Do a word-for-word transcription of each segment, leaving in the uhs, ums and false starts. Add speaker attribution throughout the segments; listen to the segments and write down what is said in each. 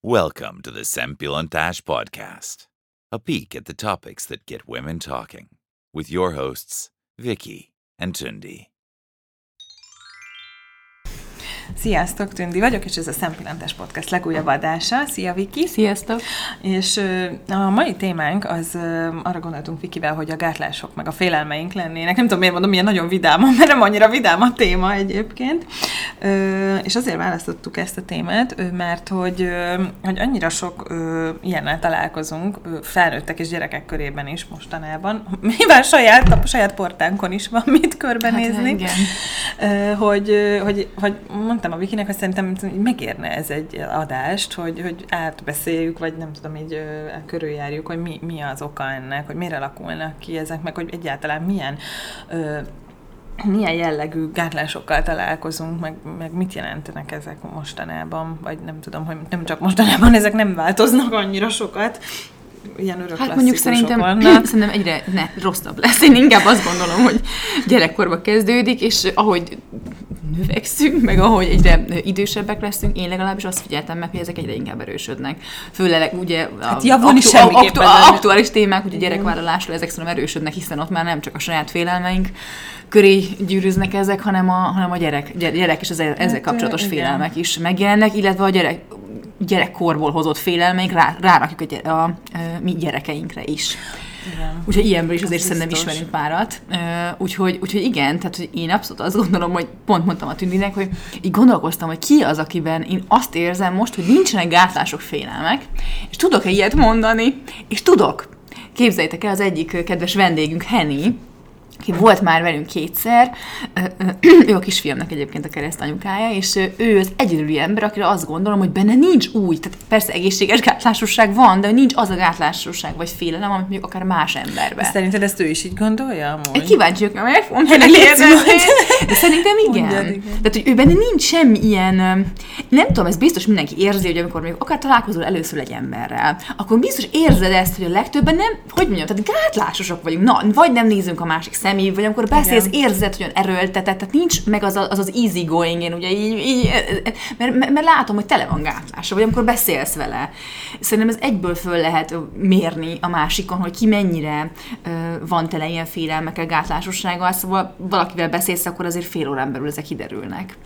Speaker 1: Welcome to the Szempillantás Podcast, a peek at the topics that get women talking, with your hosts, Vicky and Tündi.
Speaker 2: Sziasztok, Tündi vagyok, és ez a Szempillantás Podcast legújabb adása. Szia, Viki!
Speaker 3: Sziasztok!
Speaker 2: És a mai témánk az, arra gondoltunk Vikivel, hogy a gátlások meg a félelmeink lennének. Nem tudom, miért mondom, ilyen nagyon vidám, mert nem annyira vidám a téma egyébként. És azért választottuk ezt a témát, mert hogy, hogy annyira sok ilyennel találkozunk, felnőttek és gyerekek körében is mostanában. Mivel saját, a saját portánkon is van mit körbenézni. Hát, hogy, hogy, hogy mondtam a Vikinek, hogy szerintem megérne ez egy adást, hogy, hogy átbeszéljük, vagy nem tudom, így körüljárjuk, hogy mi, mi az oka ennek, hogy miért alakulnak ki ezek, meg hogy egyáltalán milyen ö, milyen jellegű gátlásokkal találkozunk, meg, meg mit jelentenek ezek mostanában, vagy nem tudom, hogy nem csak mostanában, ezek nem változnak annyira sokat. Ilyen örök
Speaker 3: hát mondjuk szerintem,
Speaker 2: vannak.
Speaker 3: Szerintem egyre ne, rosszabb lesz. Én inkább azt gondolom, hogy gyerekkorban kezdődik, és ahogy növekszünk, meg ahogy egyre idősebbek leszünk, én legalábbis azt figyeltem meg, hogy ezek egyre inkább erősödnek. Főleg ugye
Speaker 2: hát
Speaker 3: a
Speaker 2: aktu-
Speaker 3: aktu- aktuális témák, hogy a gyerekvállalásról ezek szerintem erősödnek, hiszen ott már nem csak a saját félelmeink köré gyűrűznek ezek, hanem a, hanem a gyerek, gyerek és az ezzel hát, kapcsolatos igen. félelmek is megjelennek, illetve a gyerek gyerekkorból hozott félelmeink rá, rárakjuk a, a, a, a mi gyerekeinkre is. Igen. Úgyhogy ilyenből is azért ez szerintem biztos. Ismerünk párat. Uh, úgyhogy, úgyhogy igen, tehát hogy én abszolút azt gondolom, hogy pont mondtam a Tündinek, hogy így gondolkoztam, hogy ki az, akiben én azt érzem most, hogy nincsenek gátlások, félelmek, és tudok-e ilyet mondani, és tudok. Képzeljétek el, az egyik kedves vendégünk, Henny, aki volt már velünk kétszer, ő a kisfiamnak egyébként a keresztanyukája, és ő az egyedüli ember, akire azt gondolom, hogy benne nincs új, tehát persze egészséges gátlásosság van, de nincs az a gátlásosság vagy félelem, amit mondjuk akár más emberben.
Speaker 2: Szerinted ezt ő is így gondolja amúgy?
Speaker 3: Egy kíváncsi vagyok, mert fogom tőle kérdezni, de szerintem igen. Mondjad, igen. Tehát, hogy ő benne nincs semmi ilyen, nem tudom, ez biztos mindenki érzi, hogy amikor még akár találkozol először egy emberrel, akkor biztos érzed ezt, hogy a legtöbben nem, hogy mondjam, tehát gátlásosok vagyunk, na, vagy nem nézünk a másik személy, vagy amikor beszélsz, igen. érzed, hogy erőltetett, tehát nincs meg az az, az easy going, én ugye így, így mert, mert, mert látom, hogy tele van gátlása, vagy amikor beszélsz vele. Szerintem ez egyből föl lehet mérni a másikon, hogy ki mennyire uh, van tele ilyen félelmekkel, gátlásossággal, szóval valakivel beszélsz, akkor azért fél órán belül ezek kiderülnek.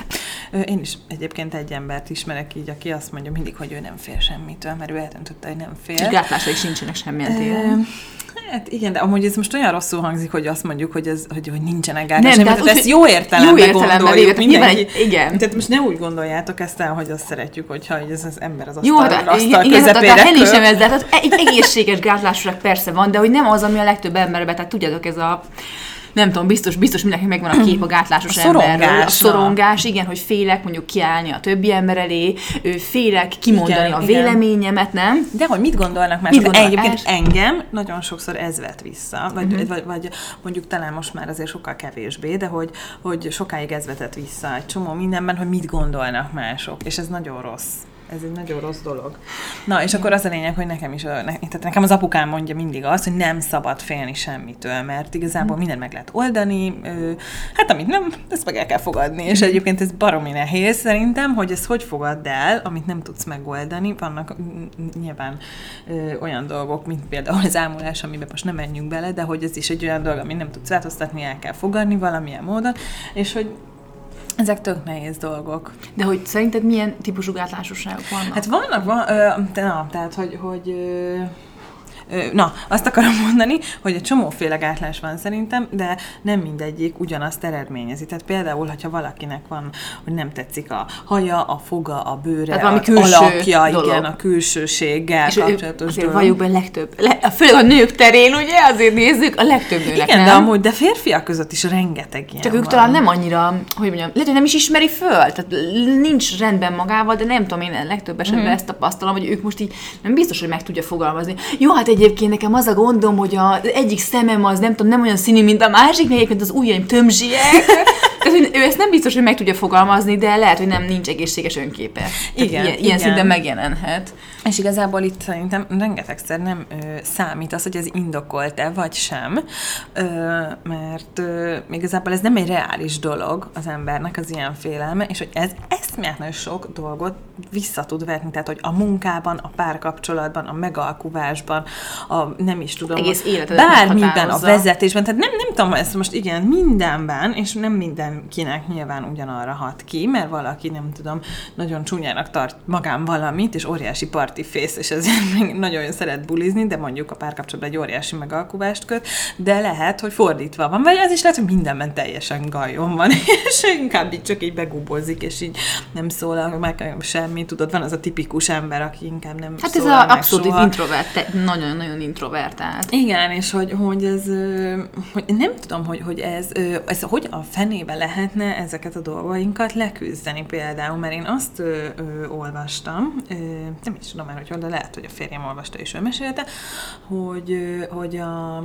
Speaker 2: Én is egyébként egy embert ismerek így, aki azt mondja mindig, hogy ő nem fél semmitől, mert ő eldöntötte, hogy nem fél.
Speaker 3: És gátlásai sincsenek semmilyen téren.
Speaker 2: Hát igen, de amúgy ez most olyan rosszul hangzik, hogy azt mondjuk, hogy, ez, hogy, hogy nincsenek gátlásai, mert tehát ezt jó értelemben, jó értelemben gondoljuk mindenki. Igen. Tehát most ne úgy gondoljátok ezt el, hogy azt szeretjük, hogyha ez az ember az asztal, asztal közepére kör.
Speaker 3: Igen, tehát Henny sem ez, de egy egészséges gátlásosság persze van, de hogy nem az, ami a legtöbb emberben, tehát tudjátok, ez a nem tudom, biztos, biztos mindenkinek megvan a kép a gátlásos a emberről. A szorongás, igen, hogy félek mondjuk kiállni a többi ember elé, félek kimondani igen, a véleményemet, igen. nem?
Speaker 2: De hogy mit gondolnak mások? Mit gondolnak? Egyébként engem nagyon sokszor ez vett vissza, vagy, uh-huh. vagy, vagy mondjuk talán most már azért sokkal kevésbé, de hogy, hogy sokáig ez vetett vissza egy csomó mindenben, hogy mit gondolnak mások, és ez nagyon rossz. Ez egy nagyon rossz dolog. Na, és akkor az a lényeg, hogy nekem is, ne, tehát nekem az apukám mondja mindig azt, hogy nem szabad félni semmitől, mert igazából hmm. mindent meg lehet oldani, ö, hát amit nem, ezt meg el kell fogadni, és egyébként ez baromi nehéz szerintem, hogy ezt hogy fogadd el, amit nem tudsz megoldani. Vannak nyilván ö, olyan dolgok, mint például az ámulás, amiben most nem menjünk bele, de hogy ez is egy olyan dolog, amit nem tudsz változtatni, el kell fogadni valamilyen módon, és hogy ezek tök nehéz dolgok.
Speaker 3: De hogy szerinted milyen típusú gátlásosságok vannak?
Speaker 2: Hát vannak, van, ö, na, tehát, hogy, hogy ö, ö, na, azt akarom mondani, hogy egy csomóféle gátlás van szerintem, de nem mindegyik ugyanazt eredményezi. Tehát például, hogyha valakinek van, hogy nem tetszik a haja, a foga, a bőre, a alakja, dolog. Igen, a külsőséggel
Speaker 3: és
Speaker 2: kapcsolatos
Speaker 3: dolog. Valljuk be legtöbb, le, főleg a nők terén, ugye, azért nézzük, a legtöbb nőnek
Speaker 2: igen,
Speaker 3: nem.
Speaker 2: de amúgy, de férfiak között is rengeteg ilyen
Speaker 3: csak ők
Speaker 2: van.
Speaker 3: Talán nem annyira, hogy mondjam, lehet, hogy nem is ismeri föl, tehát nincs rendben magával, de nem tudom, én legtöbb esetben mm. ezt tapasztalom, hogy ők most így nem biztos, hogy meg tudja fogalmazni. Jó, hát egyébként nekem az a gondom, hogy az egyik szemem az nem tudom, nem olyan színű, mint a másik, mert egyébként az ujjaim tömzsiek. Tehát, ő ezt nem biztos, hogy meg tudja fogalmazni, de lehet, hogy nem nincs egészséges önképe. Igen, ilyen, ilyen
Speaker 2: igen.
Speaker 3: szinten megjelenhet.
Speaker 2: És igazából itt szerintem rengetegszer nem ö, számít az, hogy ez indokolt-e, vagy sem, ö, mert ö, igazából ez nem egy reális dolog az embernek az ilyen félelme, és hogy ez eszméletlenül sok dolgot vissza tud vetni, tehát hogy a munkában, a párkapcsolatban, a megalkuvásban, a nem is tudom,
Speaker 3: egész
Speaker 2: bármiben, a vezetésben, tehát nem, nem tudom, ezt most igen, mindenben, és nem mindenkinek nyilván ugyanarra hat ki, mert valaki, nem tudom, nagyon csúnyának tart magán valamit, és óriási party face, és ezért még nagyon szeret bulizni, de mondjuk a párkapcsolatban egy óriási megalkuvást köt, de lehet, hogy fordítva van, vagy az is lehet, hogy mindenben teljesen gajon van, és inkább így csak így begúbozik, és így nem szólal meg semmi, tudod, van az a tipikus ember, aki inkább nem
Speaker 3: hát
Speaker 2: szólal
Speaker 3: ez
Speaker 2: meg
Speaker 3: abszolút
Speaker 2: soha.
Speaker 3: introvert, nagyon-nagyon introvertált.
Speaker 2: Igen, és hogy, hogy ez, hogy nem tudom, hogy, hogy ez, ez hogy a fenébe lehetne ezeket a dolgainkat leküzdeni például, mert én azt ö, ö, olvastam, ö, nem is tudom már, hogy de lehet, hogy a férjem olvasta és ő mesélte, hogy, ö, hogy a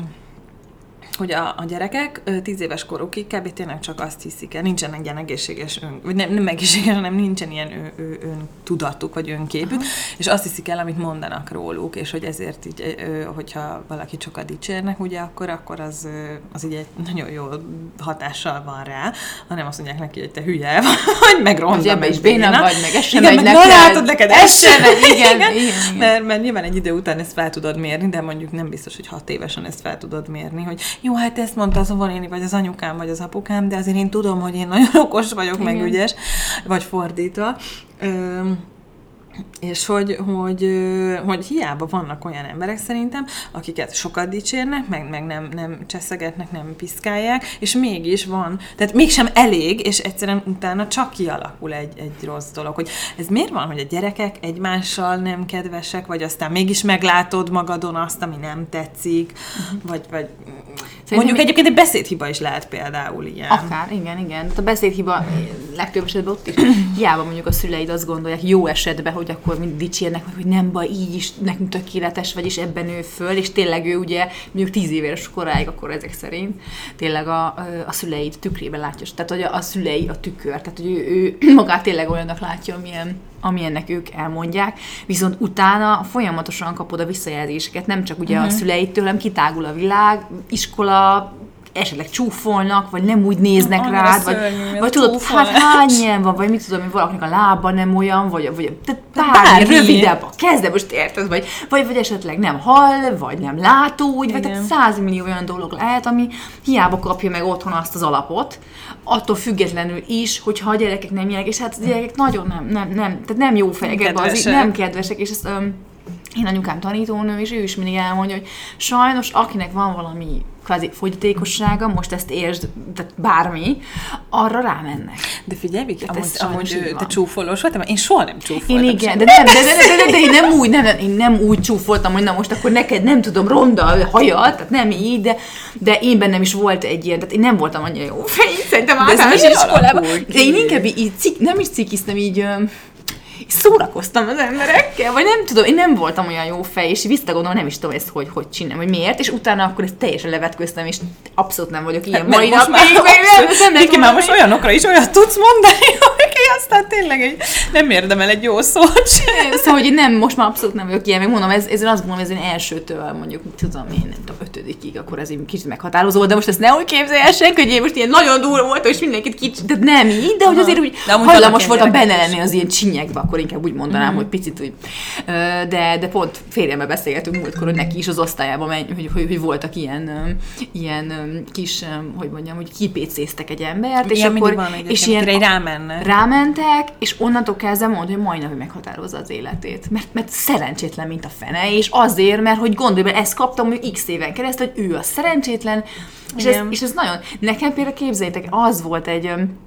Speaker 2: hogy a, a gyerekek tíz éves korukig kb. Tényleg csak azt hiszik el, nincsen egy ilyen egészséges ön, vagy nem, nem egészséges, hanem nincsen ilyen ő, ő, öntudatuk, vagy önképük, aha. és azt hiszik el, amit mondanak róluk, és hogy ezért így, hogyha valaki sokat dicsérnek, ugye, akkor, akkor az, az így egy nagyon jó hatással van rá, hanem azt mondják neki, hogy te hülye vagy, meg ronda,
Speaker 3: hogy ebbe is
Speaker 2: béna,
Speaker 3: béna vagy, meg ez sem
Speaker 2: igen,
Speaker 3: megy
Speaker 2: meg
Speaker 3: neked.
Speaker 2: látod, neked ez sem megy,
Speaker 3: igen,
Speaker 2: igen,
Speaker 3: igen, igen.
Speaker 2: Mert, mert nyilván egy idő után ezt fel tudod mérni, de mondjuk nem biztos, hogy hat évesen ezt fel tudod mérni, hogy jó, hát ezt mondta az óvonéni, vagy az anyukám, vagy az apukám, de azért én tudom, hogy én nagyon okos vagyok, igen. meg ügyes, vagy fordítva. Üm, és hogy, hogy, hogy hiába vannak olyan emberek szerintem, akiket sokat dicsérnek, meg, meg nem, nem cseszegetnek, nem piszkálják, és mégis van, tehát mégsem elég, és egyszerűen utána csak kialakul egy, egy rossz dolog. Hogy ez miért van, hogy a gyerekek egymással nem kedvesek, vagy aztán mégis meglátod magadon azt, ami nem tetszik, uh-huh. vagy, vagy mondjuk mi... egyébként egy beszédhiba is lehet például ilyen.
Speaker 3: Akár, igen, igen. A beszédhiba legtöbb esetben ott is. Hiába mondjuk a szüleid azt gondolják jó esetben, hogy akkor mind dicsérnek, hogy nem baj, így is nekünk tökéletes vagy, és ebben nő föl, és tényleg ő ugye mondjuk tíz éves koráig, akkor ezek szerint tényleg a, a szüleid tükrében látja. Tehát, hogy a, a szülei a tükör, tehát, hogy ő, ő magát tényleg olyannak látja, amilyen, amilyennek ők elmondják, viszont utána folyamatosan kapod a visszajelzéseket, nem csak ugye uh-huh. a szüleitől, hanem kitágul a világ, iskola, esetleg csúfolnak, vagy nem úgy néznek
Speaker 2: Anna
Speaker 3: rád, vagy, vagy tudod, hát hány ilyen van, vagy mit tudom, hogy valakinek a lába nem olyan, vagy, vagy bármi rövidebb a kezde, most érted, vagy, vagy, vagy esetleg nem hall, vagy nem lát úgy, vagy tehát százmillió olyan dolog lehet, ami hiába kapja meg otthon azt az alapot, attól függetlenül is, hogyha a gyerekek nem ilyenek, és hát a gyerekek nagyon nem, nem, nem, tehát nem jó fejek, az, nem kedvesek, és ezt um, én anyukám tanítónő, és ő is mindig elmondja, hogy sajnos akinek van valami kvázi fogyatékossága, most ezt értsd, tehát bármi, arra rámennek.
Speaker 2: De figyelj, Viki, amúgy, amúgy te csúfolós voltam, én soha nem csúfoltam.
Speaker 3: Én igen, de nem, de, de, de, de, de én nem úgy, nem, én nem úgy csúfoltam, hogy na most akkor neked nem tudom, ronda a hajad, tehát nem így, de, de én bennem is volt egy ilyen, tehát én nem voltam annyira jó fej, szerintem általános iskolában. De én inkább így, cik, nem is cikiztem így, szórakoztam az emberekkel, vagy nem tudom, én nem voltam olyan jó fej, és visszagondolom, nem is tudom ezt, hogy hogy csinálom, hogy miért, és utána akkor ezt teljesen levetköztem, és abszolút nem vagyok ilyen
Speaker 2: hát,
Speaker 3: mai nap.
Speaker 2: Már, nem, nem, már most olyanokra is olyat tudsz mondani, hogy aztán tényleg egy, nem érdemel egy jó szót sem.
Speaker 3: Szóval, hogy nem, most már abszolút nem vagyok ilyen, meg mondom, ez, ez azt mondom, ez én elsőtől mondjuk, tudom én, nem tudom, ötödikig, akkor ez egy kicsit meghatározó volt, de most ezt ne úgy képzeljenek, hogy én most ilyen nagyon durva volt, és mindenkit kicsit, de nem így, de hogy azért úgy hajlamos voltam benne lenni az ilyen csinyekbe, akkor inkább úgy mondanám, mm-hmm. hogy picit úgy. De, de pont férjemmel beszélgetünk múltkor, hogy neki is az osztályában megy, hogy, hogy, hogy voltak ilyen, ilyen kis, hogy mondjam, hogy kipécéztek egy embert, és
Speaker 2: ilyen
Speaker 3: akkor
Speaker 2: van
Speaker 3: és ilyen
Speaker 2: rámennek.
Speaker 3: Rámentek, és onnantól kezdve mondta, hogy majdnem, hogy meghatározza az életét. Mert, mert szerencsétlen, mint a fene, és azért, mert hogy gondolj be, ezt kaptam, hogy x éven keresztül, hogy ő a szerencsétlen, és ez, és ez nagyon, nekem például képzeljétek, az volt egy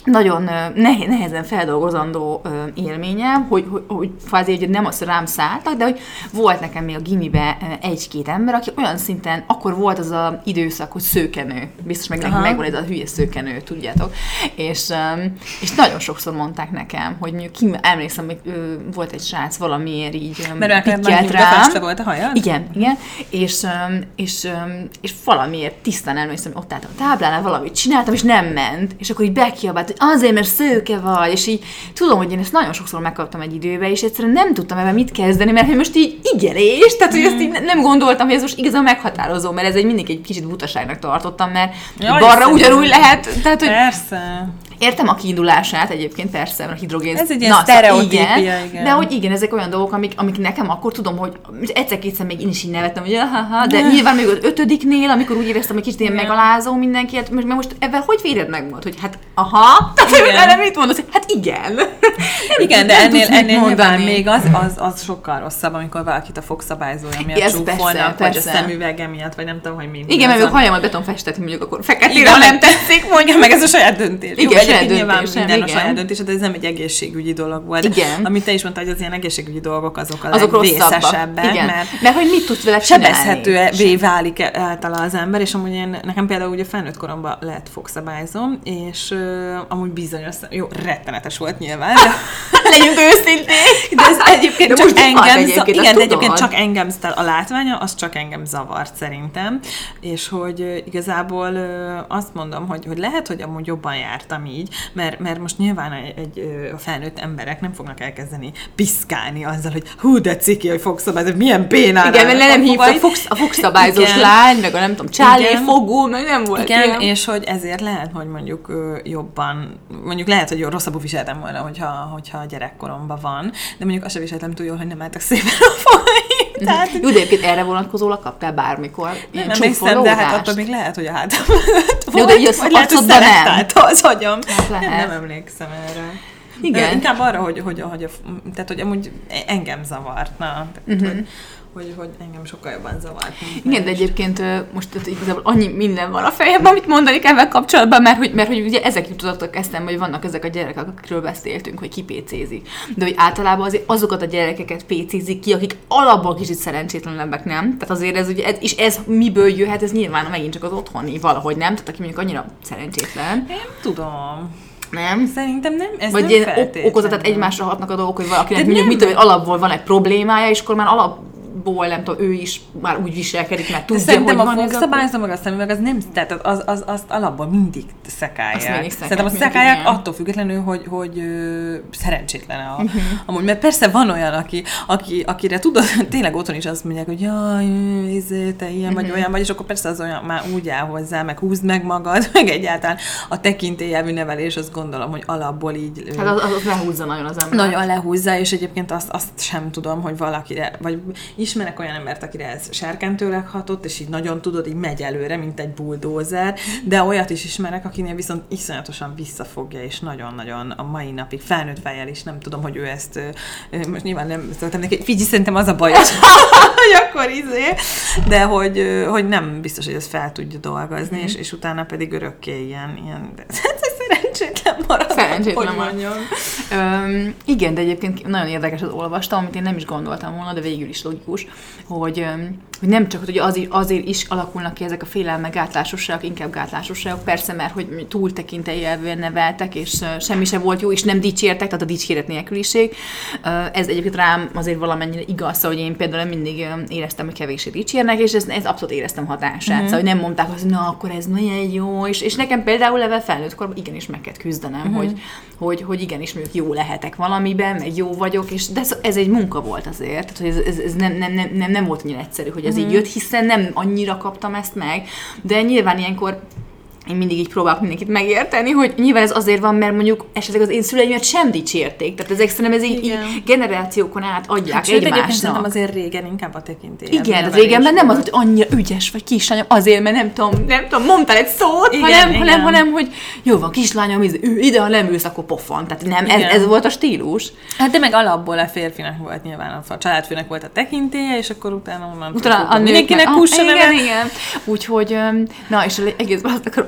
Speaker 3: nagyon nehe, nehezen feldolgozandó élményem, hogy, hogy, hogy kvázi, hogy nem azt rám szálltak, de hogy volt nekem még a gimibe egy-két ember, aki olyan szinten, akkor volt az az időszak, hogy szőkenő. Biztos meg neki megvan ez a hülye szőkenő, tudjátok. És, és nagyon sokszor mondták nekem, hogy mondjuk ki, emlékszem, hogy volt egy srác valamiért így
Speaker 2: pikjelt rám. Volt a hajad?
Speaker 3: Igen, igen. És, és, és valamiért tisztán emlékszem, hogy ott álltam a táblánál, valamit csináltam, és nem ment. És akkor így bekiabált, azért, mert szőke vagy, és így tudom, hogy én ezt nagyon sokszor megkaptam egy időbe, és egyszerűen nem tudtam ebben mit kezdeni, mert hogy most így igerés, tehát hogy ezt így nem gondoltam, hogy ez most igazán meghatározó, mert ez egy mindig egy kicsit butaságnak tartottam, mert Jaj, balra ugyanúgy lehet, tehát hogy
Speaker 2: persze.
Speaker 3: Értem a kiindulását egyébként, persze, a hidrogén.
Speaker 2: Ez egy ilyen sztereotípia, igen,
Speaker 3: igen. De hogy igen, ezek olyan dolgok, amik, amik nekem akkor tudom, hogy egyszer-kétszer még én is így nevettem, hogy ha, de nyilván még az ötödiknél, amikor úgy éreztem, hogy kicsit ilyen megalázó mindenkiet, mert most ebben hogy véred meg volt, hogy hát aha, tehát erre mit mondasz, hát igen.
Speaker 2: Igen, de ennél, ennél nyilván még az, az, az sokkal rosszabb, amikor valakit a fogszabályzója miatt csúfolnak, vagy a szemüvege miatt, vagy nem tudom, hogy mi.
Speaker 3: Igen, mert ők hajamat betonfestet, mondjuk akkor feketére nem tetszik,
Speaker 2: mondja meg, ez a saját döntés.
Speaker 3: Igen,
Speaker 2: nyilván minden a saját döntés, de ez nem egy egészségügyi dolog volt.
Speaker 3: Igen.
Speaker 2: Amit te is mondtad, hogy az ilyen egészségügyi dolgok azok a
Speaker 3: azok
Speaker 2: legvészesebbek,
Speaker 3: mert, mert hogy mit tudsz vele
Speaker 2: csinálni? Sebezhetővé válik általa az ember, és amúgy én, nekem például ugye felnőtt koromban lett fogszabályzom, és uh, amúgy bizonyos, jó, rettenetes volt nyilván, de
Speaker 3: legyünk őszinték.
Speaker 2: De ez egyébként de csak engem,
Speaker 3: egyébként,
Speaker 2: igen, de egyébként csak engem, a látványa, az csak engem zavart szerintem, és hogy uh, igazából uh, azt mondom, hogy, hogy lehet, hogy amúgy jobban jártam így, Mert, mert most nyilván egy, egy a felnőtt emberek nem fognak elkezdeni piszkálni azzal, hogy hú, de ciki, hogy fogszabályzó, milyen bénára.
Speaker 3: Igen, mert nem hívtak fogsz, a fogszabályzós lány, meg a nem tudom, csálé fogó, meg nem volt
Speaker 2: igen,
Speaker 3: ilyen.
Speaker 2: És hogy ezért lehet, hogy mondjuk jobban, mondjuk lehet, hogy rosszabbul viseltem volna, hogyha, hogyha a gyerekkoromban van, de mondjuk azt sem viseltem túl jól, hogy nem álltak szépen a fogaim. Tehát,
Speaker 3: jó, de egyébként erre vonatkozólag kaptál bármikor
Speaker 2: nem emlékszem, de hát attól még lehet, hogy a hátam volt,
Speaker 3: jó, de így vagy lehet, hogy
Speaker 2: szelektálta az agyam.
Speaker 3: Hát
Speaker 2: nem, nem emlékszem erre.
Speaker 3: Igen.
Speaker 2: De inkább arra, hogy, hogy, hogy, tehát, hogy amúgy engem zavart, na, tehát, uh-huh. hogy, hogy, hogy engem sokkal jobban zavart.
Speaker 3: Igen, de egyébként most igazából annyi minden van a fejemben, amit mondani kell ebben kapcsolatban, mert hogy, mert hogy ugye ezek jutottak eszembe, hogy vannak ezek a gyerekek, akikről beszéltünk, hogy ki pécézik. De hogy általában azért azokat a gyerekeket pécézik ki, akik alapból kicsit szerencsétlenebbek, nem? Tehát azért ez ugye, ez, és ez miből jöhet, ez nyilván megint csak az otthoni valahogy, nem? Tehát aki mondjuk annyira szerencsétlen.
Speaker 2: Én tudom.
Speaker 3: Nem?
Speaker 2: Szerintem nem, ez
Speaker 3: vagy
Speaker 2: nem
Speaker 3: ilyen
Speaker 2: feltétlenül.
Speaker 3: okozat, tehát egymásra hatnak a dolgok, hogy valakinek mondjuk mit tudom, alapból van egy problémája, és akkor már alap ból, nem tudom, ő is már úgy viselkedik, mert tudja,
Speaker 2: szerintem
Speaker 3: hogy
Speaker 2: a
Speaker 3: van
Speaker 2: fogszabályzó, meg a szemüveg, az nem, tehát az, az, azt alapból mindig szekálják. Szerintem a
Speaker 3: mindig,
Speaker 2: szekálják
Speaker 3: igen.
Speaker 2: attól függetlenül, hogy, hogy ö, szerencsétlen a, uh-huh. amúgy, mert persze van olyan, aki, aki, akire tudod, tényleg otthon is azt mondják, hogy jaj, izé, te ilyen vagy, uh-huh. olyan vagy, és akkor persze az olyan már úgy áll hozzá, meg húzd meg magad, meg egyáltalán a tekintélyelvű nevelés, azt gondolom, hogy alapból így...
Speaker 3: Hát az, az lehúzza nagyon az ember.
Speaker 2: Nagyon lehúzza, és egyébként azt, azt sem tudom, hogy valakire, vagy ismerek olyan embert, akire ez serkentőleg hatott, és így nagyon tudod, így megy előre, mint egy buldózer, de olyat is ismerek, akinél viszont iszonyatosan visszafogja, és nagyon-nagyon a mai napig felnőtt fejjel is, nem tudom, hogy ő ezt, most nyilván nem szóltam neki, figyelj, szerintem az a baj, hogy akkor izé, de hogy, hogy nem biztos, hogy ezt fel tudja dolgozni, mm. és, és utána pedig örökké ilyen, ilyen szerencsétlen marad.
Speaker 3: Szerencsétlen marad. Öm, igen, de egyébként nagyon érdekes, az olvastam, amit én nem is gondoltam volna, de végül is logikus, hogy, hogy nem csak, hogy azért, azért is alakulnak ki ezek a félelmek, gátlásosságok, inkább gátlásosságok, persze, mert hogy túl tekintélyelvűen neveltek, és semmi se volt jó, és nem dicsértek, tehát a dicséret nélküliség. Ez egyébként rám azért valamennyire igaz, hogy én például mindig éreztem, hogy kevéssé dicsérnek, és ez, ez abszolút éreztem hatását. Uh-huh. Szóval, hogy nem mondták azt, hogy na, akkor ez nagyon jó, és, és nekem például level felnőtt korban igenis meg kell küzdenem, uh-huh. hogy, hogy, hogy igenis mondjuk jó lehetek valamiben, meg jó vagyok, és de ez, ez egy munka volt azért, tehát hogy ez, ez, ez nem, nem, nem, nem volt annyira egyszerű, hogy ez uh-huh. így jött, hiszen nem annyira kaptam ezt meg, de nyilván ilyenkor én mindig így próbálok mindenkit megérteni, hogy nyilván ez azért van, mert mondjuk esetleg az én szüleimet sem dicsérték. Tehát ezek szerintem ez így, így generációkon át adják hát, egymásnak.
Speaker 2: Szerintem azért régen inkább a tekintély.
Speaker 3: Igen, az régenben nem az, hogy annyira ügyes vagy kislányom, azért, mert nem tudom, nem tudom, mondtál egy szót, igen, hanem, igen. hanem, hanem, hogy jó van, kislányom, ő ide, ha nem ülsz, akkor pofon. Tehát nem, ez, ez volt a stílus.
Speaker 2: Hát de meg alapból a férfinak volt nyilván, a családfőnek volt a tekintélye, és akkor utána onnan
Speaker 3: utána
Speaker 2: mindenkinek hússa neve.
Speaker 3: Igen, igen. Úgyhogy, na, és egész azt akarom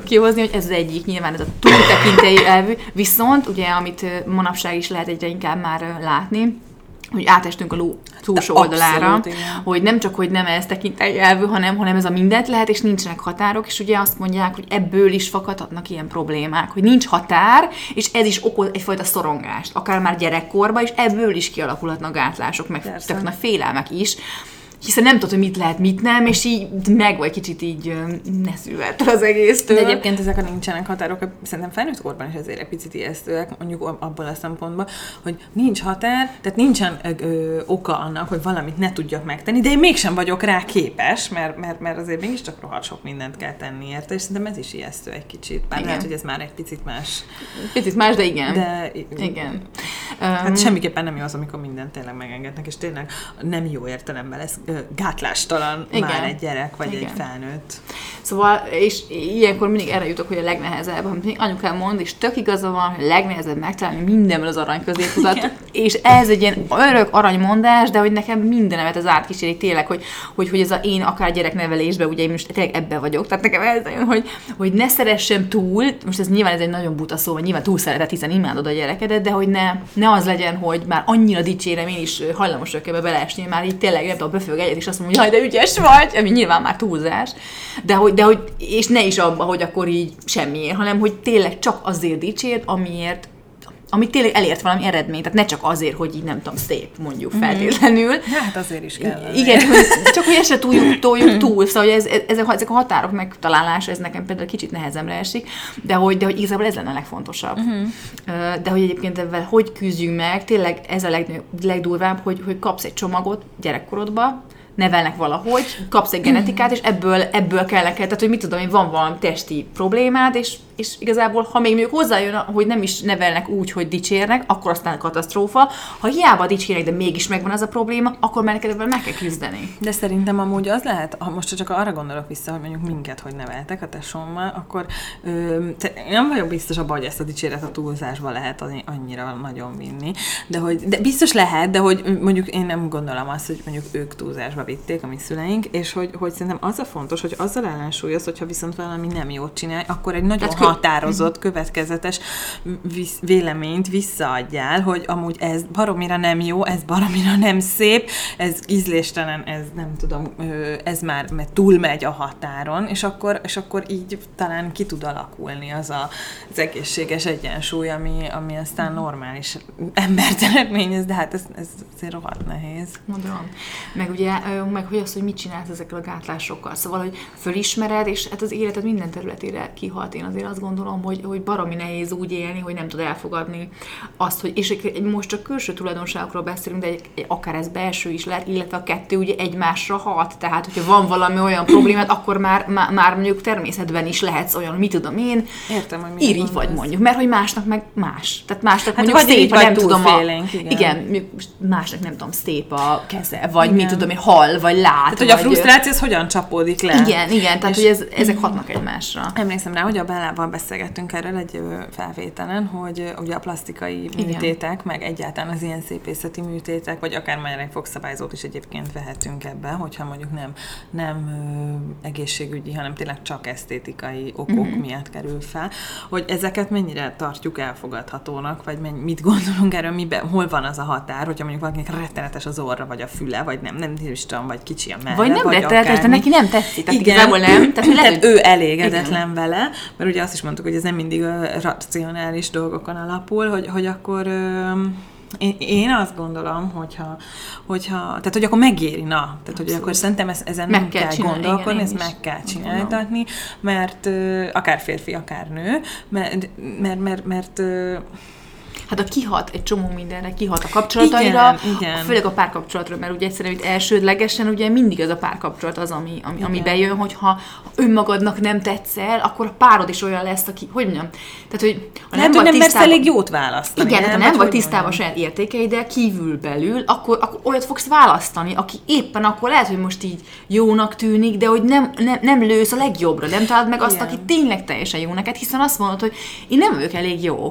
Speaker 3: kihozni, hogy ez az egyik, nyilván ez a túltekintélyű elvű, viszont ugye, amit manapság is lehet egyre inkább már látni, hogy átestünk a ló túlsó oldalára, abszolút, hogy nem csak, hogy nem ez tekintélyű elvű, hanem, hanem ez a mindent lehet, és nincsenek határok, és ugye azt mondják, hogy ebből is fakadhatnak ilyen problémák, hogy nincs határ, és ez is okoz egyfajta szorongást, akár már gyerekkorban, és ebből is kialakulhatnak gátlások, meg tök nagy félelmek is, hiszen nem tudod, hogy mit lehet, mit nem, és így meg vagy kicsit így neszülvettől az egésztől.
Speaker 2: De egyébként ezek a nincsenek határok, szerintem felnőtt korban is azért egy picit ijesztőek, mondjuk abból a szempontból, hogy nincs határ, tehát nincsen ö, ö, oka annak, hogy valamit ne tudjak megtenni, de én mégsem vagyok rá képes, mert, mert, mert azért mégiscsak rohadt sok mindent kell tenni érte, és szerintem ez is ijesztő egy kicsit. Bár igen. Lehet, hogy ez már egy picit más.
Speaker 3: Picit más, de igen.
Speaker 2: De,
Speaker 3: igen.
Speaker 2: Hát um, semmiképpen nem jó az, amikor mindent tényleg megengednek, és tényleg nem jó értelemben lesz gátlástalan igen. már egy gyerek, vagy igen. egy felnőtt.
Speaker 3: Szóval, és ilyenkor mindig erre jutok, hogy a legnehezebb, amit még anyukám mond, és tök igaza van, hogy a legnehezebb megtalálni mindenből az arany középutat, és ez egy ilyen örök aranymondás, de hogy nekem mindenemet az átkísérik tényleg, hogy, hogy, hogy ez a én akár gyereknevelésben, ugye én most tényleg ebben vagyok, tehát nekem ez olyan, hogy, hogy ne szeressem túl, most ez nyilván ez egy nagyon buta szó, hogy nyilván túl szeretet, hiszen imádod a gyerekedet, de hogy ne, ne az legyen, hogy már annyira dicsérem, én is hajlamos vagyok ebbe beleesni, már így tényleg nem tudom, befőg egyet, és azt mondom, hogy jaj, de ügyes vagy, ami nyilván már túlzás, de hogy, de hogy, és ne is abba, hogy akkor így semmiért, hanem hogy tényleg csak azért dicsérd, amiért, ami tényleg elért valami eredményt, tehát ne csak azért, hogy így nem tudom, szép mondjuk feltétlenül.
Speaker 2: Hát azért is kell.
Speaker 3: Igen, csak hogy ezt se túljuk, toljuk túl, szóval ez, ezek, ezek a határok megtalálása, ez nekem például kicsit nehezemre esik, de hogy, de hogy igazából ez lenne a legfontosabb. Uh-huh. De hogy egyébként ebben hogy küzdjünk meg, tényleg ez a leg, legdurvább, hogy, hogy kapsz egy csomagot gyerekkorodba, nevelnek valahogy, kapsz egy genetikát, és ebből, ebből kell neked, tehát hogy mit tudom én, van valami testi problémád, és, és igazából, ha még mondjuk hozzájön, hogy nem is nevelnek úgy, hogy dicsérnek, akkor aztán katasztrófa. Ha hiába dicsérnek, de mégis megvan az a probléma, akkor már neked ebből meg kell küzdeni.
Speaker 2: De szerintem amúgy az lehet, ha most csak arra gondolok vissza, hogy mondjuk minket, hogy neveltek a tesómmal, akkor ö, te, nem vagyok biztos abban, hogy ezt a dicséret a túlzásba lehet annyira nagyon vinni, de hogy de biztos lehet, de hogy mondjuk én nem gondolom azt, hogy mondjuk ők túlzásba vitték a mi szüleink, és hogy, hogy szerintem az a fontos, hogy azzal ellensúlyoz, hogyha viszont valami nem jót csinálj, akkor egy nagyon hát, határozott, következetes visz, véleményt visszaadjál, hogy amúgy ez baromira nem jó, ez baromira nem szép, ez ízléstelen, ez nem tudom, ez már mert túlmegy a határon, és akkor, és akkor így talán ki tud alakulni az a, az egészséges egyensúly, ami, ami aztán normális embert eredményez, de hát ez, ez azért rohadt nehéz.
Speaker 3: Mondom. Meg ugye meg hogy az, hogy mit csinálsz ezekkel a gátlásokkal. Szóval, hogy fölismered, és hát az életed minden területére kihat. Én azért azt gondolom, hogy, hogy baromi nehéz úgy élni, hogy nem tud elfogadni azt, hogy, és most csak külső tulajdonságokról beszélünk, de egy, egy, akár ez belső is lehet, illetve a kettő ugye egymásra hat. Tehát, hogyha van valami olyan problémát, akkor már, már, már mondjuk természetben is lehetsz olyan, mit tudom én,
Speaker 2: értem, hogy
Speaker 3: irigy vagy ez. Mondjuk, mert hogy másnak meg más. Tehát másnak hát mondjuk
Speaker 2: vagy
Speaker 3: szép, vagy nem tudom, a,
Speaker 2: félénk, igen.
Speaker 3: igen, másnak nem tudom, szép a keze, vagy igen. mit tudom én, hal, vagy lát.
Speaker 2: Tehát, hogy a frusztráció ez hogyan csapódik le.
Speaker 3: Igen, igen, tehát, hogy ez, ezek hatnak egymásra.
Speaker 2: Emlékszem rá, hogy a Bellával beszélgettünk erről egy felvételen, hogy ugye a plastikai műtétek, igen. meg egyáltalán az ilyen szépészeti műtétek, vagy akár már egy fogszabályzót is egyébként vehetünk ebbe, hogyha mondjuk nem, nem ö, egészségügyi, hanem tényleg csak esztétikai okok uh-huh. miatt kerül fel, hogy ezeket mennyire tartjuk elfogadhatónak, vagy menny, mit gondolunk erről, miben, hol van az a határ, hogyha mondjuk valakinek rettenetes az orra, vagy a füle, vagy nem, nem is tudom, vagy kicsi a melle,
Speaker 3: vagy nem rettenetes, de neki nem tetszik, tehát
Speaker 2: igen,
Speaker 3: igazából nem.
Speaker 2: Tehát, tehát ő elégedetlen igen. vele, mert ugye azt is mondtuk, hogy ez nem mindig a racionális dolgokon alapul, hogy, hogy akkor ö, én, én azt gondolom, hogyha, hogyha, tehát hogy akkor megéri, na, tehát hogy akkor szerintem ez, ezen meg nem kell, kell gondolkodni, ezt meg kell csináltatni, mert ö, akár férfi, akár nő, mert, mert, mert, mert ö,
Speaker 3: hát a kihat egy csomó mindenre, kihat a kapcsolataira,
Speaker 2: igen, igen.
Speaker 3: főleg a párkapcsolatra, mert ugye egyszerűen hogy elsődlegesen ugye mindig az a párkapcsolat az, ami, ami, ami bejön, hogyha önmagadnak nem tetszel, akkor a párod is olyan lesz, aki, hogy mondjam, tehát hogy ha
Speaker 2: lehet,
Speaker 3: nem,
Speaker 2: nem mersz elég jót választani.
Speaker 3: Igen, nem, nem vagy tisztában a saját értékeiddel, kívül belül, akkor, akkor olyat fogsz választani, aki éppen akkor lehet, hogy most így jónak tűnik, de hogy nem, nem, nem lősz a legjobbra, nem találod meg azt, igen. aki tényleg teljesen jó neked, hiszen azt mondod, hogy én nem vagyok elég jó.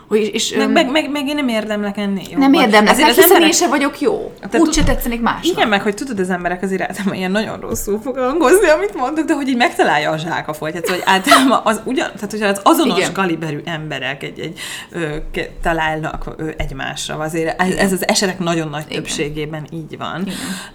Speaker 3: És, és,
Speaker 2: meg, meg, meg, meg én nem érdemlek ennél jobban.
Speaker 3: Nem érdemlek, hiszen
Speaker 2: emberek...
Speaker 3: én sem vagyok jó. Úgy se tetszenék másnak.
Speaker 2: Igen, meg hogy tudod, az emberek azért általában ilyen nagyon rosszul fog hangozni, amit mondok, de hogy így megtalálja a zsák a folytját, hogy általában az ugyan, tehát hogyha az azonos igen. kaliberű emberek egy, egy, ö, találnak ö, egymásra, azért ez, ez az esetek nagyon nagy igen. többségében így van.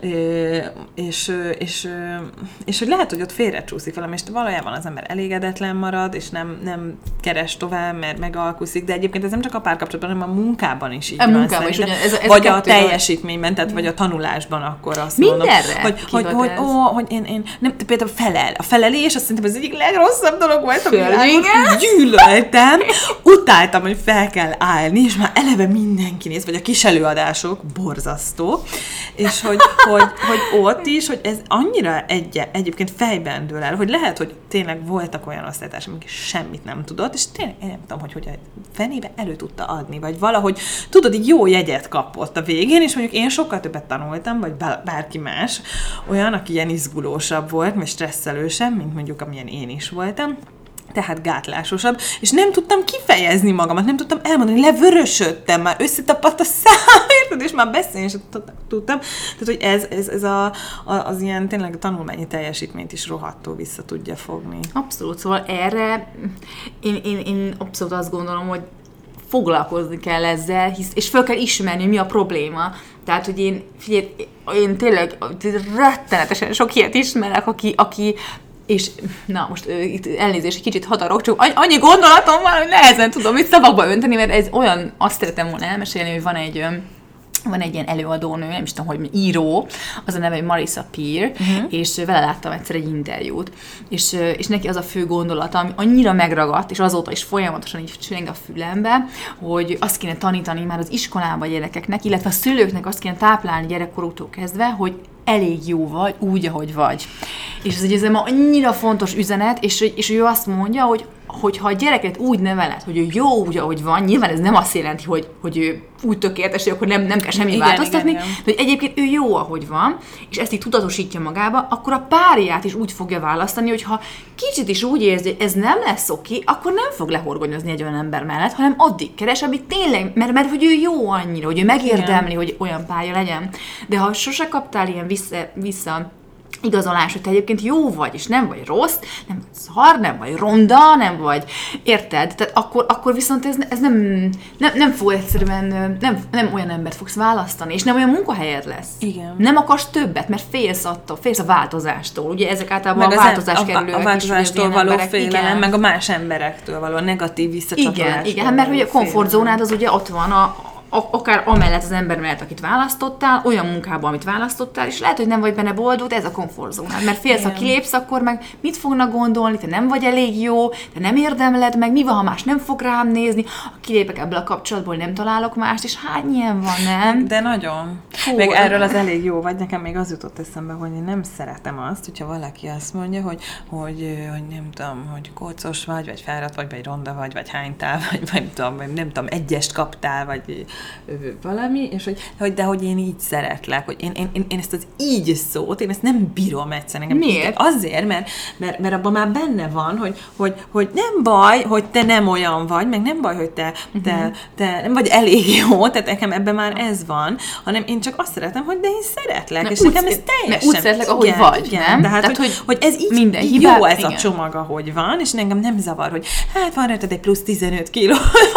Speaker 2: Ö, és, és, és hogy lehet, hogy ott félrecsúszik valami, és valójában az ember elégedetlen marad, és nem, nem keres tovább, mert megalkuszik, de egyébként ez nem csak a párkapcsolatban, hanem a munkában is így
Speaker 3: a
Speaker 2: van.
Speaker 3: Munkában is ugyan, ez, ez
Speaker 2: vagy a, a teljesítményben, tehát vagy a tanulásban akkor azt
Speaker 3: mindenre
Speaker 2: mondom. Hogy, hogy, hogy, ó, hogy én, én nem, például felel. A felelés, azt szerintem az egyik legrosszabb dolog volt a világon. Gyűlöltem. Utáltam, hogy fel kell állni, és már eleve mindenki néz, vagy a kis előadások, borzasztó. És hogy, hogy, hogy ott is, hogy ez annyira egy, egyébként fejben dől el, hogy lehet, hogy tényleg voltak olyan osztálytársak, amik semmit nem tudott, és tényleg én nem tudom, hogy hogy a fenébe elő tudta adni, vagy valahogy, tudod, így jó jegyet kapott a végén, és mondjuk én sokkal többet tanultam, vagy bárki más, olyan, aki ilyen izgulósabb volt, vagy stresszelősebb, mint mondjuk amilyen én is voltam, tehát gátlásosabb, és nem tudtam kifejezni magamat, nem tudtam elmondani, levörösödtem, már összetapadt a szám, érted, és már beszélni sem tudtam. Tehát, hogy ez, ez, ez a, a, az ilyen tényleg a tanulmányi teljesítményt is rohadtul vissza tudja fogni.
Speaker 3: Abszolút, szóval erre én, én, én abszolút azt gondolom, hogy foglalkozni kell ezzel, hisz, és fel kell ismerni, mi a probléma. Tehát, hogy én, figyelj, én tényleg rettenetesen sok ilyet ismerek, aki, aki és na, most uh, itt elnézést, egy kicsit hatarok, csak annyi gondolatom van, hogy nehezen tudom itt szavakba önteni, mert ez olyan, azt szeretem volna elmesélni, hogy van egy, van egy ilyen előadónő, nem is tudom, hogy író, az a neve, hogy Marissa Peer, uh-huh. és vele láttam egyszer egy interjút, és, és neki az a fő gondolata, ami annyira megragadt, és azóta is folyamatosan így csöng a fülembe, hogy azt kéne tanítani már az iskolában a gyerekeknek, illetve a szülőknek azt kéne táplálni gyerekkorútól kezdve, hogy elég jó vagy, úgy, ahogy vagy. És ez egy annyira fontos üzenet, és, és ő azt mondja, hogy hogyha a gyereket úgy neveled, hogy ő jó úgy, ahogy van, nyilván ez nem azt jelenti, hogy, hogy ő úgy tökéletes, hogy akkor nem, nem kell semmi igen, változtatni, igen, igen. de hogy egyébként ő jó, ahogy van, és ezt így tudatosítja magába, akkor a párját is úgy fogja választani, hogyha kicsit is úgy érzi, hogy ez nem lesz oké, akkor nem fog lehorgonyozni egy olyan ember mellett, hanem addig keres, amit tényleg, mert, mert hogy ő jó annyira, hogy ő megérdemli, igen. hogy olyan párja legyen. De ha sose kaptál ilyen vissza, vissza igazolás, hogy te egyébként jó vagy, és nem vagy rossz, nem vagy szar, nem vagy ronda, nem vagy, érted? Tehát akkor, akkor viszont ez, ez nem, nem, nem fog egyszerűen, nem, nem olyan embert fogsz választani, és nem olyan munkahelyed lesz.
Speaker 2: Igen.
Speaker 3: Nem akarsz többet, mert félsz attól, félsz a változástól. Ugye ezek általában meg a változás kerülőek
Speaker 2: a változástól
Speaker 3: is,
Speaker 2: való félelem, meg a más emberektől való a negatív visszacsatolás.
Speaker 3: Igen, igen, hát mert hogy a komfortzónád az ugye ott van a akár amellett az ember mellett, akit választottál, olyan munkában, amit választottál, és lehet, hogy nem vagy benne boldog, de ez a komfortzónád. Mert félsz, ha kilépsz, akkor meg mit fognak gondolni, te nem vagy elég jó, te nem érdemled meg, mi van, ha más nem fog rám nézni, ha kilépek ebből a kapcsolatból, nem találok mást, és hány ilyen van, nem?
Speaker 2: De nagyon. Hú, meg erről az elég jó vagy, nekem még az jutott eszembe, hogy én nem szeretem azt, hogyha valaki azt mondja, hogy, hogy, hogy nem tudom, hogy kócos vagy, vagy fáradt vagy, vagy ronda vagy, vagy hánytál, vagy, vagy nem tudom, vagy nem tudom, egyest kaptál, vagy valami, és hogy, hogy de hogy én így szeretlek, hogy én, én, én ezt az így szót, én ezt nem bírom egyszerűen.
Speaker 3: Miért?
Speaker 2: Azért, mert, mert, mert abban már benne van, hogy, hogy, hogy nem baj, hogy te nem olyan vagy, meg nem baj, hogy te, te, uh-huh. te nem vagy elég jó, tehát nekem ebben már ez van, hanem én csak azt szeretem, hogy de én szeretlek, na, és nekem ez teljesen...
Speaker 3: Úgy szeretlek, ahogy igen, vagy, igen, nem?
Speaker 2: Tehát, tehát hogy, hogy, hogy ez így, minden így hibát, jó ez igen. a csomag, ahogy van, és engem nem zavar, hogy hát van rajtad egy plusz tizenöt kiló,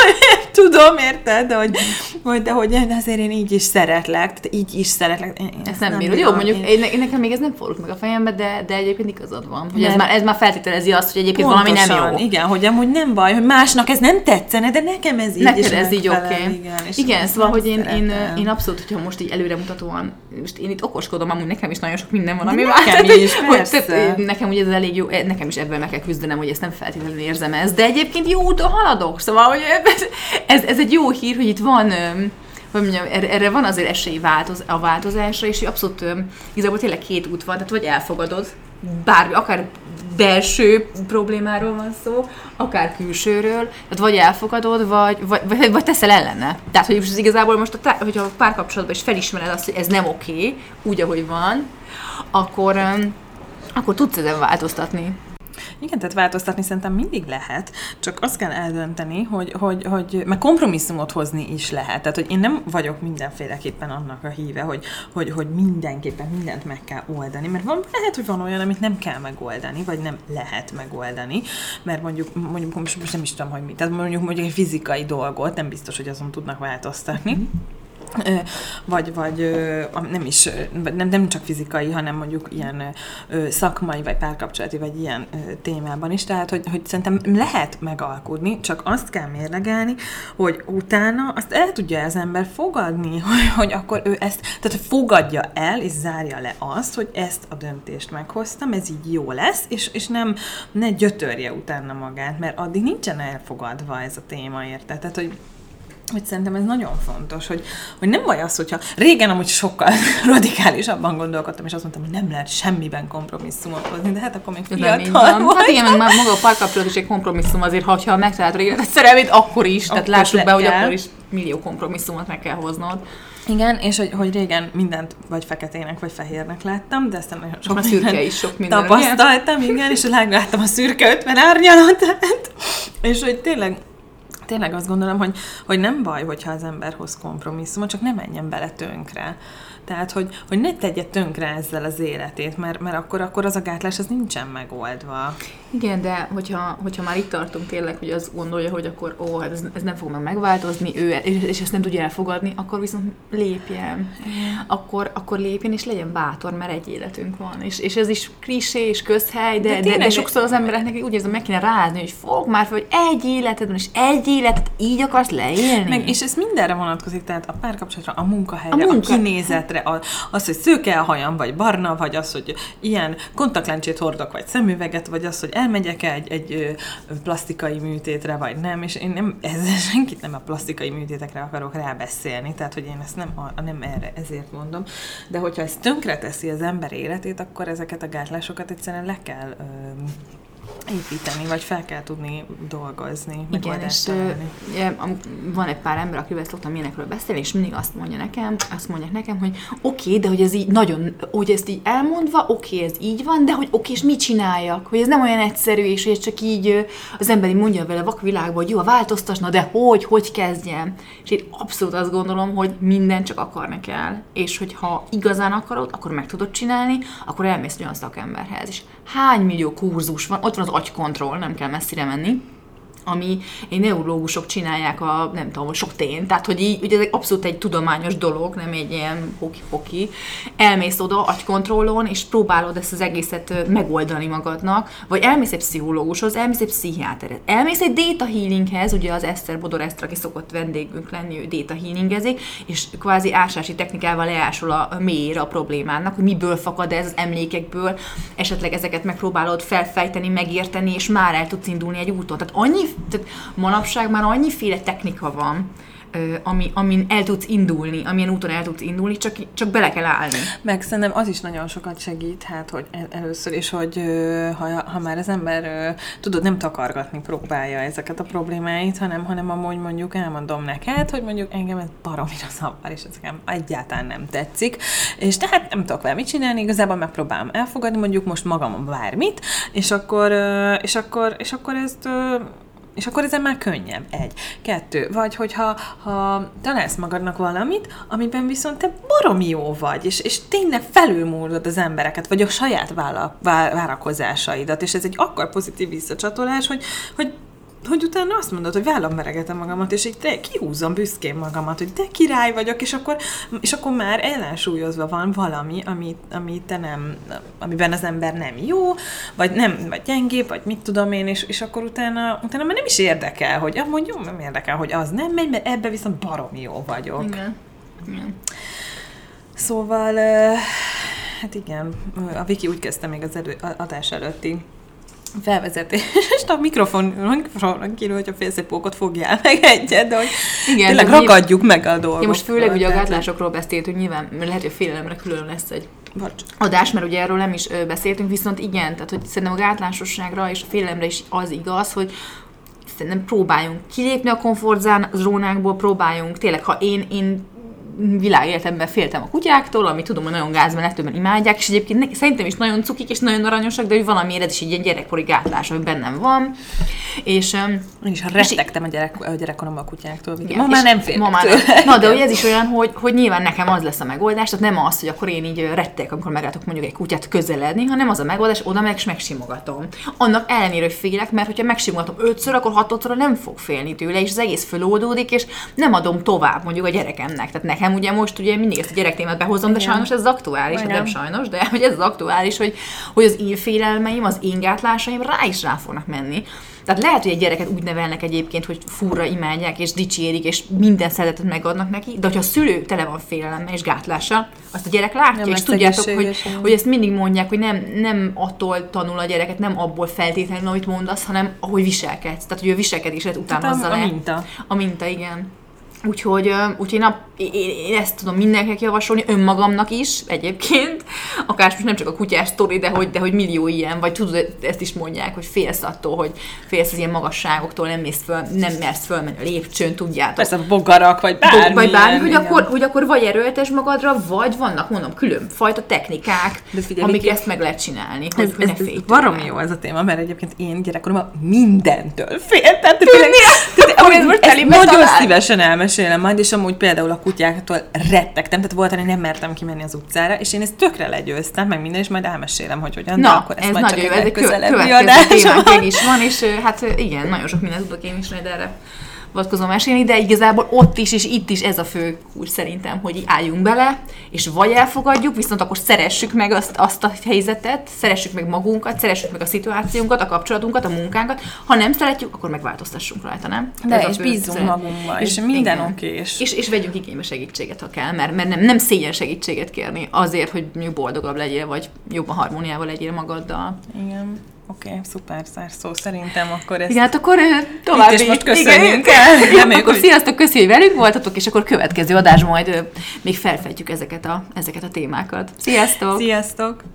Speaker 2: tudom, érted, de hogy, hogy, de hogy azért én így is szeretlek, tehát így is szeretlek. Én,
Speaker 3: ezt nem, nem bírod. Jó, mondjuk én... Én, nekem még ez nem fordult meg a fejembe, de, de egyébként igazad van. Hogy ez, már, ez már feltételezi azt, hogy egyébként pontosan, valami nem jó.
Speaker 2: Igen, hogy amúgy nem baj, hogy másnak ez nem tetszene, de nekem ez így
Speaker 3: neked
Speaker 2: is
Speaker 3: ez így oké.
Speaker 2: Okay. Igen,
Speaker 3: igen szóval, hogy én, én, én abszolút, hogyha most így előremutatóan, most én itt okoskodom, amúgy nekem is nagyon sok minden van, ami
Speaker 2: nekem
Speaker 3: vált,
Speaker 2: is,
Speaker 3: hogy, tehát, nekem ugye ez elég jó, nekem is ebben meg kell küzdenem, hogy ezt nem feltétlenül érzem ezt, de egyébként jó úton haladok, szóval, hogy ez, ez egy jó hír, hogy itt van, hogy mondjam, erre, erre van azért esély változ, a változásra, és abszolút igazából tényleg két út van, tehát vagy elfogadod, bármi, akár belső problémáról van szó, akár külsőről, tehát vagy elfogadod, vagy, vagy, vagy, vagy teszel ellene. Tehát, hogy most igazából most, a, hogyha a párkapcsolatban is felismered azt, hogy ez nem oké, úgy, ahogy van, akkor, akkor tudsz ezen változtatni.
Speaker 2: Igen, tehát változtatni szerintem mindig lehet, csak azt kell eldönteni, hogy, hogy, hogy meg kompromisszumot hozni is lehet. Tehát, hogy én nem vagyok mindenféleképpen annak a híve, hogy, hogy, hogy mindenképpen mindent meg kell oldani, mert van, lehet, hogy van olyan, amit nem kell megoldani, vagy nem lehet megoldani, mert mondjuk, mondjuk most, most nem is tudom, hogy mi, tehát mondjuk, mondjuk egy fizikai dolgot, nem biztos, hogy azon tudnak változtatni. Mm-hmm. Vagy, vagy nem is, nem, nem csak fizikai, hanem mondjuk ilyen szakmai, vagy párkapcsolati, vagy ilyen témában is. Tehát, hogy, hogy szerintem lehet megalkudni, csak azt kell mérlegelni, hogy utána azt el tudja az ember fogadni, hogy, hogy akkor ő ezt, tehát hogy fogadja el, és zárja le azt, hogy ezt a döntést meghoztam, ez így jó lesz, és, és nem ne gyötörje utána magát, mert addig nincsen elfogadva ez a téma, érted? Tehát, hogy hogy szerintem ez nagyon fontos, hogy, hogy nem baj az, hogyha régen amúgy sokkal radikálisabban gondolkodtam, és azt mondtam, hogy nem lehet semmiben kompromisszumot hozni, de hát akkor még fiatal volt.
Speaker 3: Hát igen, meg már maga a párkapcsolat is egy kompromisszum azért, ha megtalálod régen egy szerelmét, akkor is, tehát akkor lássuk be, hogy akkor is millió kompromisszumot meg kell hoznod.
Speaker 2: Igen, és hogy, hogy régen mindent vagy feketének, vagy fehérnek láttam, de aztán nagyon sok
Speaker 3: a szürke is sok minden.
Speaker 2: Tapasztaltam, igen, igen és láttam a szürke ötven árnyalatát, és hogy tényleg Tényleg azt gondolom, hogy, hogy nem baj, hogyha az ember hoz kompromisszumot, csak ne menjen bele tönkre. Tehát, hogy, hogy ne tegye tönkre ezzel az életét, mert, mert akkor, akkor az a gátlás az nincsen megoldva.
Speaker 3: Igen, de hogyha, hogyha már itt tartunk tényleg, hogy az gondolja, hogy akkor ó, hát ez, ez nem fog meg megváltozni, ő, és, és ezt nem tudja elfogadni, akkor viszont lépjen. Akkor, akkor lépjen, és legyen bátor, mert egy életünk van. És, és ez is klisé és közhely, de, de, de, de sokszor az embereknek úgy érzem, meg kéne rázni, hogy fog már fel, hogy egy életed van, és egy életet így akarsz leélni.
Speaker 2: Meg, és ez mindenre vonatkozik, tehát a párkapcsolatra, a munkahelyre, a, munka... a kinézetre, az, hogy szőke a hajam, vagy barna, vagy az, hogy ilyen kontaktlencsét hordok, vagy szemüveget, vagy az, hogy elmegyek egy, egy plastikai műtétre, vagy nem, és én nem, ezzel senkit nem a plastikai műtétekre akarok rábeszélni, tehát, hogy én ezt nem, nem erre, ezért mondom, de hogyha ez tönkre teszi az ember életét, akkor ezeket a gátlásokat egyszerűen le kell építeni, vagy fel kell tudni dolgozni.
Speaker 3: Igen, és ö, van egy pár ember, akivel szoktam ilyenekről beszélni, és mindig azt mondja nekem, azt mondják nekem, hogy oké, okay, de hogy ez így nagyon, hogy ezt így elmondva, oké, okay, ez így van, de hogy oké, okay, és mit csináljak? Hogy ez nem olyan egyszerű, és hogy csak így az ember így mondja vele vakvilágban, hogy jó, változtasna, de hogy, hogy kezdjem? És én abszolút azt gondolom, hogy minden csak akarni kell. És hogyha igazán akarod, akkor meg tudod csinálni, akkor elmész olyan szakemberhez. És hány millió kurzus van, ott van az agykontroll, nem kell messzire menni, ami egy neurológusok csinálják a, nem tudom, sok tén, tehát hogy így, ugye ez abszolút egy tudományos dolog, nem egy ilyen hoki-hoki. Elmész oda agykontrollon, és próbálod ezt az egészet megoldani magadnak, vagy elmész egy pszichológushoz, elmész egy pszichiáterhez, elmész egy data healinghez, ugye az Eszter Bodor Eszter, aki szokott vendégünk lenni, ő data healingezik, és kvázi ásási technikával leásol a mélyére a problémának, hogy miből fakad ez az emlékekből, esetleg ezeket megpróbálod felfejteni, megérteni, és már el tudsz indulni egy úton. Tehát annyi Tehát manapság már annyiféle technika van, ami, amin el tudsz indulni, amilyen úton el tudsz indulni, csak, csak bele kell állni.
Speaker 2: Meg szerintem az is nagyon sokat segít, hát, hogy először is, hogy ha, ha már az ember, tudod, nem takargatni próbálja ezeket a problémáit, hanem, hanem amúgy mondjuk elmondom neked, hogy mondjuk engem ez baromira zavar, és ez nekem egyáltalán nem tetszik, és tehát nem tudok vele mit csinálni, igazából megpróbálom elfogadni, mondjuk most magamon bármit, és akkor, és akkor, és akkor ezt És akkor ezen már könnyebb. Egy. Kettő. Vagy hogyha ha találsz magadnak valamit, amiben viszont te baromi jó vagy, és, és tényleg felülmúlod az embereket, vagy a saját vála, várakozásaidat, és ez egy akkor pozitív visszacsatolás, hogy, hogy hogy utána azt mondod, hogy vállam meregetem magamat, és így te kihúzom büszkén magamat, hogy de király vagyok, és akkor, és akkor már ellensúlyozva van valami, ami, ami te nem, amiben az ember nem jó, vagy nem, vagy gyengébb, vagy mit tudom én, és, és akkor utána, utána már nem is érdekel, hogy amúgy jó, nem érdekel, hogy az nem megy, mert ebben viszont baromi jó vagyok.
Speaker 3: Igen. Igen.
Speaker 2: Szóval, hát igen, a Viki úgy kezdte még az elő, adás előtti felvezetést a mikrofon, mikrofonon kívül, hogy a félszépókot fogjál meg egyet, de hogy igen, tényleg ragadjuk nyilván, meg a dolgokat.
Speaker 3: Ja, most főleg ugye a gátlásokról beszéltünk, nyilván lehet, hogy a félelemre külön lesz egy Bocs. adás, mert ugye erről nem is beszéltünk, viszont igen, tehát hogy szerintem a gátlásosságra és a félelemre is az igaz, hogy szerintem próbáljunk kilépni a komfortzónákból, próbáljunk, tényleg, ha én, én világéletemben féltem a kutyáktól, ami tudom, hogy nagyon gázban legtöbben imádják, és egyébként szerintem is nagyon cukik és nagyon aranyosak, de hogy valamiért ez is egy ilyen gyerekkori gátlás, ami bennem van. És,
Speaker 2: én is rettegtem a, gyerek, a gyerekkoromban a kutyáktól. Igen,
Speaker 3: ma
Speaker 2: már nem félek.
Speaker 3: Na, de hogy ez is olyan, hogy, hogy nyilván nekem az lesz a megoldás, tehát nem az, hogy akkor én így rettegek, amikor meglátok mondjuk egy kutyát közeledni, hanem az a megoldás, oda meg és megsimogatom. Annak ellenére, hogy félek, mert hogyha megsimogatom ötször, akkor hatodszor nem fog félni tőle, és az egész föloldódik, és nem adom tovább mondjuk a gyerekemnek. Tehát nekem ugye most ugye mindig ezt a gyerektémát behozom, de sajnos ez az aktuális, hát nem sajnos, de hogy ez az aktuális, hogy, hogy az én félelmeim, az én gátlásaim rá is rá fognak menni. Tehát lehet, hogy egy gyereket úgy nevelnek egyébként, hogy furra imádják, és dicsérik, és minden szeretetet megadnak neki, de hogyha a szülő tele van félelemmel és gátlással, azt a gyerek látja, nem és tudjátok, hogy, hogy ezt mindig mondják, hogy nem, nem attól tanul a gyereket, nem abból feltétlenül, amit mondasz, hanem ahogy viselkedsz. Tehát, hogy a viselkedésedet utánozza le.
Speaker 2: A minta.
Speaker 3: A minta, igen. Úgyhogy, úgyhogy na, én, én ezt tudom mindenkinek javasolni, önmagamnak is egyébként, akár most nem csak a kutyás sztori, de hogy, de hogy millió ilyen, vagy tudod, ezt is mondják, hogy félsz attól, hogy félsz az ilyen magasságoktól, nem mész föl, nem mersz fölmenni a lépcsőn, tudjátok.
Speaker 2: Persze bogarak, vagy bármi.
Speaker 3: Vagy bármi, hogy akkor, hogy akkor vagy erőltes magadra, vagy vannak, mondom, különfajta technikák, figyelj, amik ezt meg lehet csinálni,
Speaker 2: ez,
Speaker 3: hogy, hogy
Speaker 2: ez,
Speaker 3: ne félj.
Speaker 2: Baromi jó ez a téma, mert egyébként én gyerekkoromban mindentől féltem. Nagyon szívesen elmesélem majd, és amúgy például a kutyáktól rettegtem, tehát volt, hogy nem mertem kimenni az utcára, és én ezt tökre legyőztem, meg minden, és majd elmesélem, hogy hogyan.
Speaker 3: Na,
Speaker 2: akkor
Speaker 3: ez nagyon jó, ez egy következő témánk is van, és hát igen, nagyon sok mindent tudok én is majd erre vonatkozom mesélni, de igazából ott is, és itt is ez a fő kulcs szerintem, hogy álljunk bele, és vagy elfogadjuk, viszont akkor szeressük meg azt, azt a helyzetet, szeressük meg magunkat, szeressük meg a szituációnkat, a kapcsolatunkat, a munkánkat, ha nem szeretjük, akkor megváltoztassunk rajta, nem?
Speaker 2: De ez és bízzunk magunkba, és, és minden oké. És...
Speaker 3: És, és vegyünk igénybe segítséget, ha kell, mert, mert nem, nem szégyen segítséget kérni azért, hogy boldogabb legyél, vagy jobban harmóniával legyél magaddal.
Speaker 2: Igen. Oké, okay, szuper szó szerintem akkor ezt...
Speaker 3: Igen, hát akkor tovább
Speaker 2: és most köszönjünk el.
Speaker 3: Reméljük, akkor sziasztok, köszönjük, hogy velünk voltatok, és akkor következő adás majd még felfedjük ezeket a, ezeket a témákat. Sziasztok!
Speaker 2: Sziasztok!